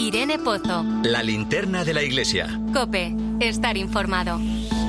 Irene Pozo. La linterna de la iglesia. COPE. Estar informado.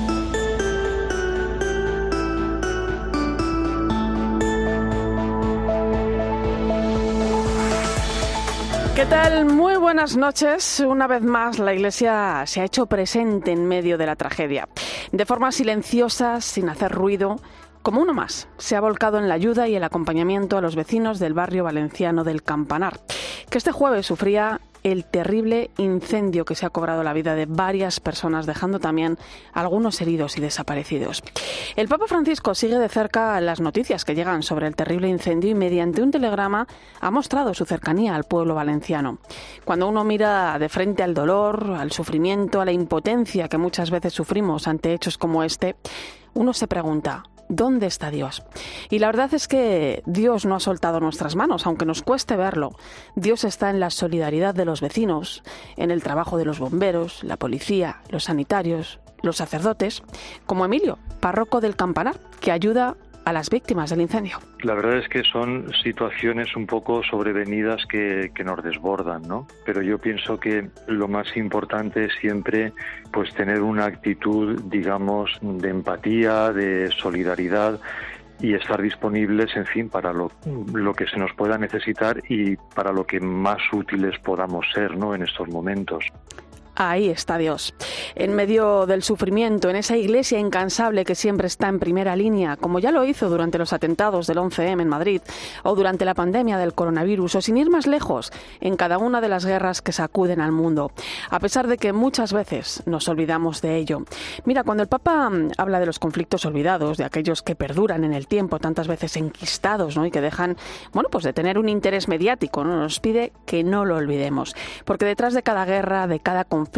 ¿Qué tal? Muy buenas noches. Una vez más, la Iglesia se ha hecho presente en medio de la tragedia. De forma silenciosa, sin hacer ruido, como uno más, se ha volcado en la ayuda y el acompañamiento a los vecinos del barrio valenciano del Campanar, que este jueves sufría el terrible incendio que se ha cobrado la vida de varias personas, dejando también algunos heridos y desaparecidos. El Papa Francisco sigue de cerca las noticias que llegan sobre el terrible incendio y mediante un telegrama ha mostrado su cercanía al pueblo valenciano. Cuando uno mira de frente al dolor, al sufrimiento, a la impotencia que muchas veces sufrimos ante hechos como este, uno se pregunta: ¿dónde está Dios? Y la verdad es que Dios no ha soltado nuestras manos, aunque nos cueste verlo. Dios está en la solidaridad de los vecinos, en el trabajo de los bomberos, la policía, los sanitarios, los sacerdotes, como Emilio, párroco del Campanar, que ayuda a las víctimas del incendio. La verdad es que son situaciones un poco sobrevenidas que nos desbordan, ¿no? Pero yo pienso que lo más importante es siempre pues tener una actitud, digamos, de empatía, de solidaridad y estar disponibles, en fin, para lo que se nos pueda necesitar y para lo que más útiles podamos ser, ¿no?, en estos momentos. Ahí está Dios, en medio del sufrimiento, en esa iglesia incansable que siempre está en primera línea, como ya lo hizo durante los atentados del 11M en Madrid o durante la pandemia del coronavirus, o sin ir más lejos, en cada una de las guerras que sacuden al mundo, a pesar de que muchas veces nos olvidamos de ello. Mira, cuando el Papa habla de los conflictos olvidados, de aquellos que perduran en el tiempo, tantas veces enquistados, ¿no?, y que dejan, bueno, pues de tener un interés mediático, ¿no?, nos pide que no lo olvidemos, porque detrás de cada guerra, de cada conflicto,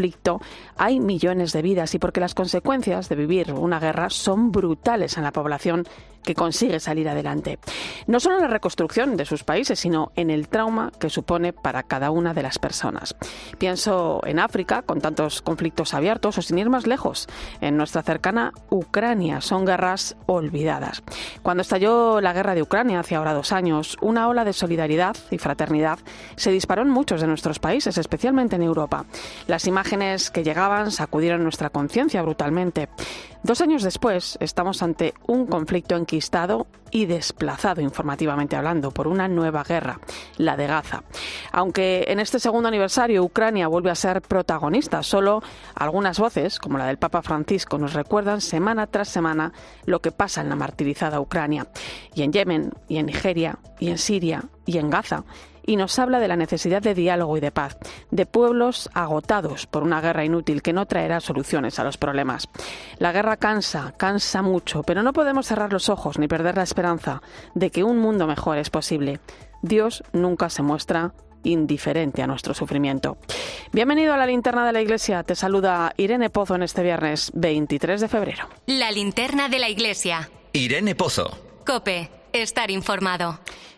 hay millones de vidas y porque las consecuencias de vivir una guerra son brutales en la población que consigue salir adelante. No solo en la reconstrucción de sus países, sino en el trauma que supone para cada una de las personas. Pienso en África, con tantos conflictos abiertos, o sin ir más lejos, en nuestra cercana Ucrania. Son guerras olvidadas. Cuando estalló la guerra de Ucrania hace ahora 2 años, una ola de solidaridad y fraternidad se disparó en muchos de nuestros países, especialmente en Europa. Las imágenes que llegaban sacudieron nuestra conciencia brutalmente. 2 años después, estamos ante un conflicto enquistado y desplazado informativamente hablando por una nueva guerra, la de Gaza. Aunque en este segundo aniversario Ucrania vuelve a ser protagonista, solo algunas voces, como la del Papa Francisco, nos recuerdan semana tras semana lo que pasa en la martirizada Ucrania, y en Yemen, y en Nigeria, y en Siria, y en Gaza. Y nos habla de la necesidad de diálogo y de paz, de pueblos agotados por una guerra inútil que no traerá soluciones a los problemas. La guerra cansa mucho, pero no podemos cerrar los ojos ni perder la esperanza de que un mundo mejor es posible. Dios nunca se muestra indiferente a nuestro sufrimiento. Bienvenido a la linterna de la iglesia. Te saluda Irene Pozo en este viernes 23 de febrero. La linterna de la iglesia. Irene Pozo. COPE. Estar informado.